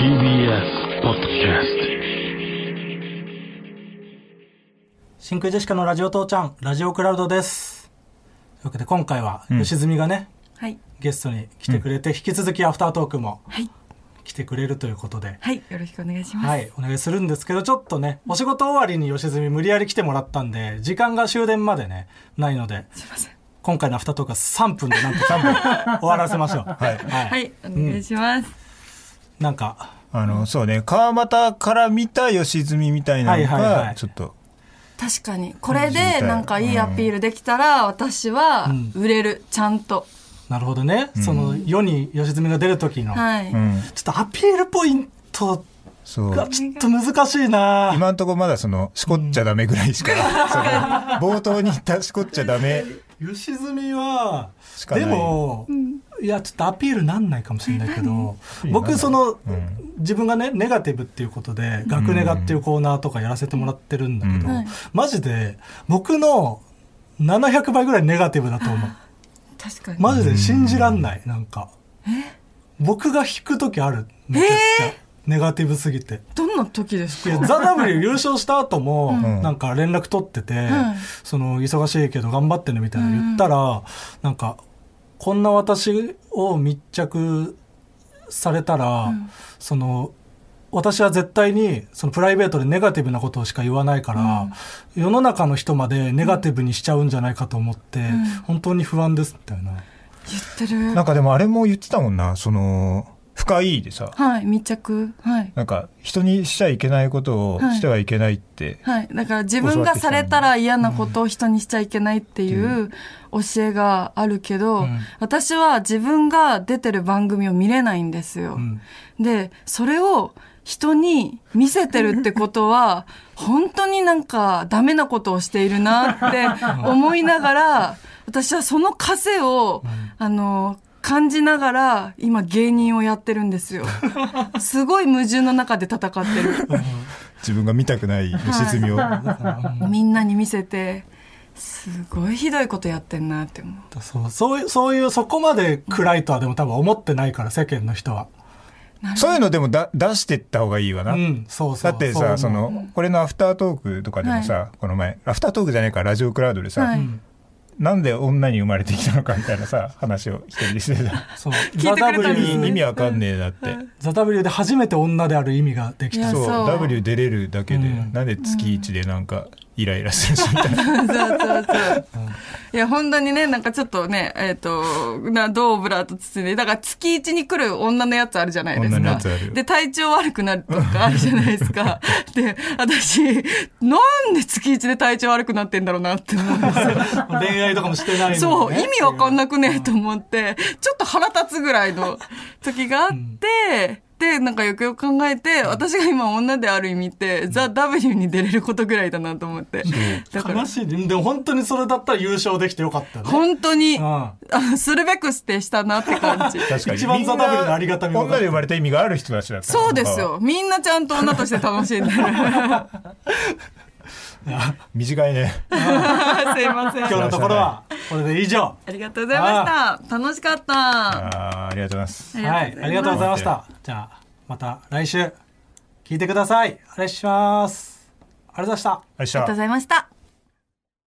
TBS ポッドキャスト真空ジェシカのラジオ父ちゃんラジオクラウドです。というわけで今回は吉住がね、 はい、 ゲストに来てくれて、引き続きアフタートークもはい来てくれるということで、 はい、よろしくお願いします。 はい、お願いするんですけど、ちょっとねお仕事終わりに吉住無理やり来てもらったんで時間が終電までねないので、 すいません、 今回のアフタートークは3分でなんと3分終わらせましょう。はい、 はい、お願いします。 なんかそうね、川端から見た吉住みたいなのがちょっと、 確かにこれでなんかいいアピールできたら私は売れる、ちゃんと。 なるほどね、その世に吉住が出る時の、 はい、 ちょっとアピールポイントがちょっと難しいな。 今んとこまだそのしこっちゃダメぐらいしか、その冒頭に言ったしこっちゃダメ吉住はでも、いやちょっとアピールなんないかもしれないけど、僕その、自分がねネガティブっていうことで学ネガっていうコーナーとかやらせてもらってるんだけど、マジで僕の700倍ぐらいネガティブだと思う。 確かにマジで信じらんない。なんか僕が引く時ある、めちゃくちゃネガティブすぎて。 どんな時ですか？ いやザ・ W 優勝した後もなんか連絡取ってて、その忙しいけど頑張ってねみたいな言ったら、なんかこんな私を密着されたら、その私は絶対にそのプライベートでネガティブなことしか言わないから、世の中の人までネガティブにしちゃうんじゃないかと思って、本当に不安ですみたいな言ってる。 なんかでもあれも言ってたもんな、その深いでさ、 はい、密着、はい、 なんか人にしちゃいけないことをしてはいけないって、 はい、だから自分がされたら嫌なことを人にしちゃいけないっていう教えがあるけど、私は自分が出てる番組を見れないんですよ、でそれを人に見せてるってことは本当になんかダメなことをしているなって思いながら、私はその枷を、感じながら今芸人をやってるんですよ。すごい矛盾の中で戦ってる。 自分が見たくない吉住をみんなに見せて、すごいひどいことやってんなって思う。 そういうそこまで暗いとはでも多分思ってないから、世間の人は。 そういうのでも出してった方がいいわな、 そうそう、 だってさ、そのこれのアフタートークとかでもさ、この前アフタートークじゃないかラジオクラウドでさ、なんで女に生まれてきたのかみたいなさ話を一人でしてた。 そう聞いてくれたんですね。 意味わかんねえなって、 ザ・ W で初めて女である意味ができた。 そう W 出れるだけで、なんで月1でなんかイライラするしみたいな。 そういや本当にね、なんかちょっとね、ドーブラーと包んで、だから月1に来る女のやつあるじゃないですか。 女のやつある。 で体調悪くなるとかあるじゃないですか。で私なんで月1で体調悪くなってんだろうなって思うんですよ。 恋愛とかもしてないのに、ね、 そう意味わかんなくねと思って、ちょっと腹立つぐらいの時があって、でなんかよくよく考えて、私が今女である意味ってザ・ W に出れることぐらいだなと思って、 だから悲しい。でも本当にそれだったら優勝できてよかったよね。 本当に、するべくしてしたなって感じ。 確かに一番ザ・ W のありがたみが女で生まれた意味がある人たちだった。 そうですよ、みんなちゃんと女として楽しんでる。 短いね。 すいません。 今日のところはこれで以上。 ありがとうございました。楽しかった。 ありがとうございます。 はい、ありがとうございました。じゃあまた来週聞いてください。お願いします。ありがとうございました。 ありがとうございました。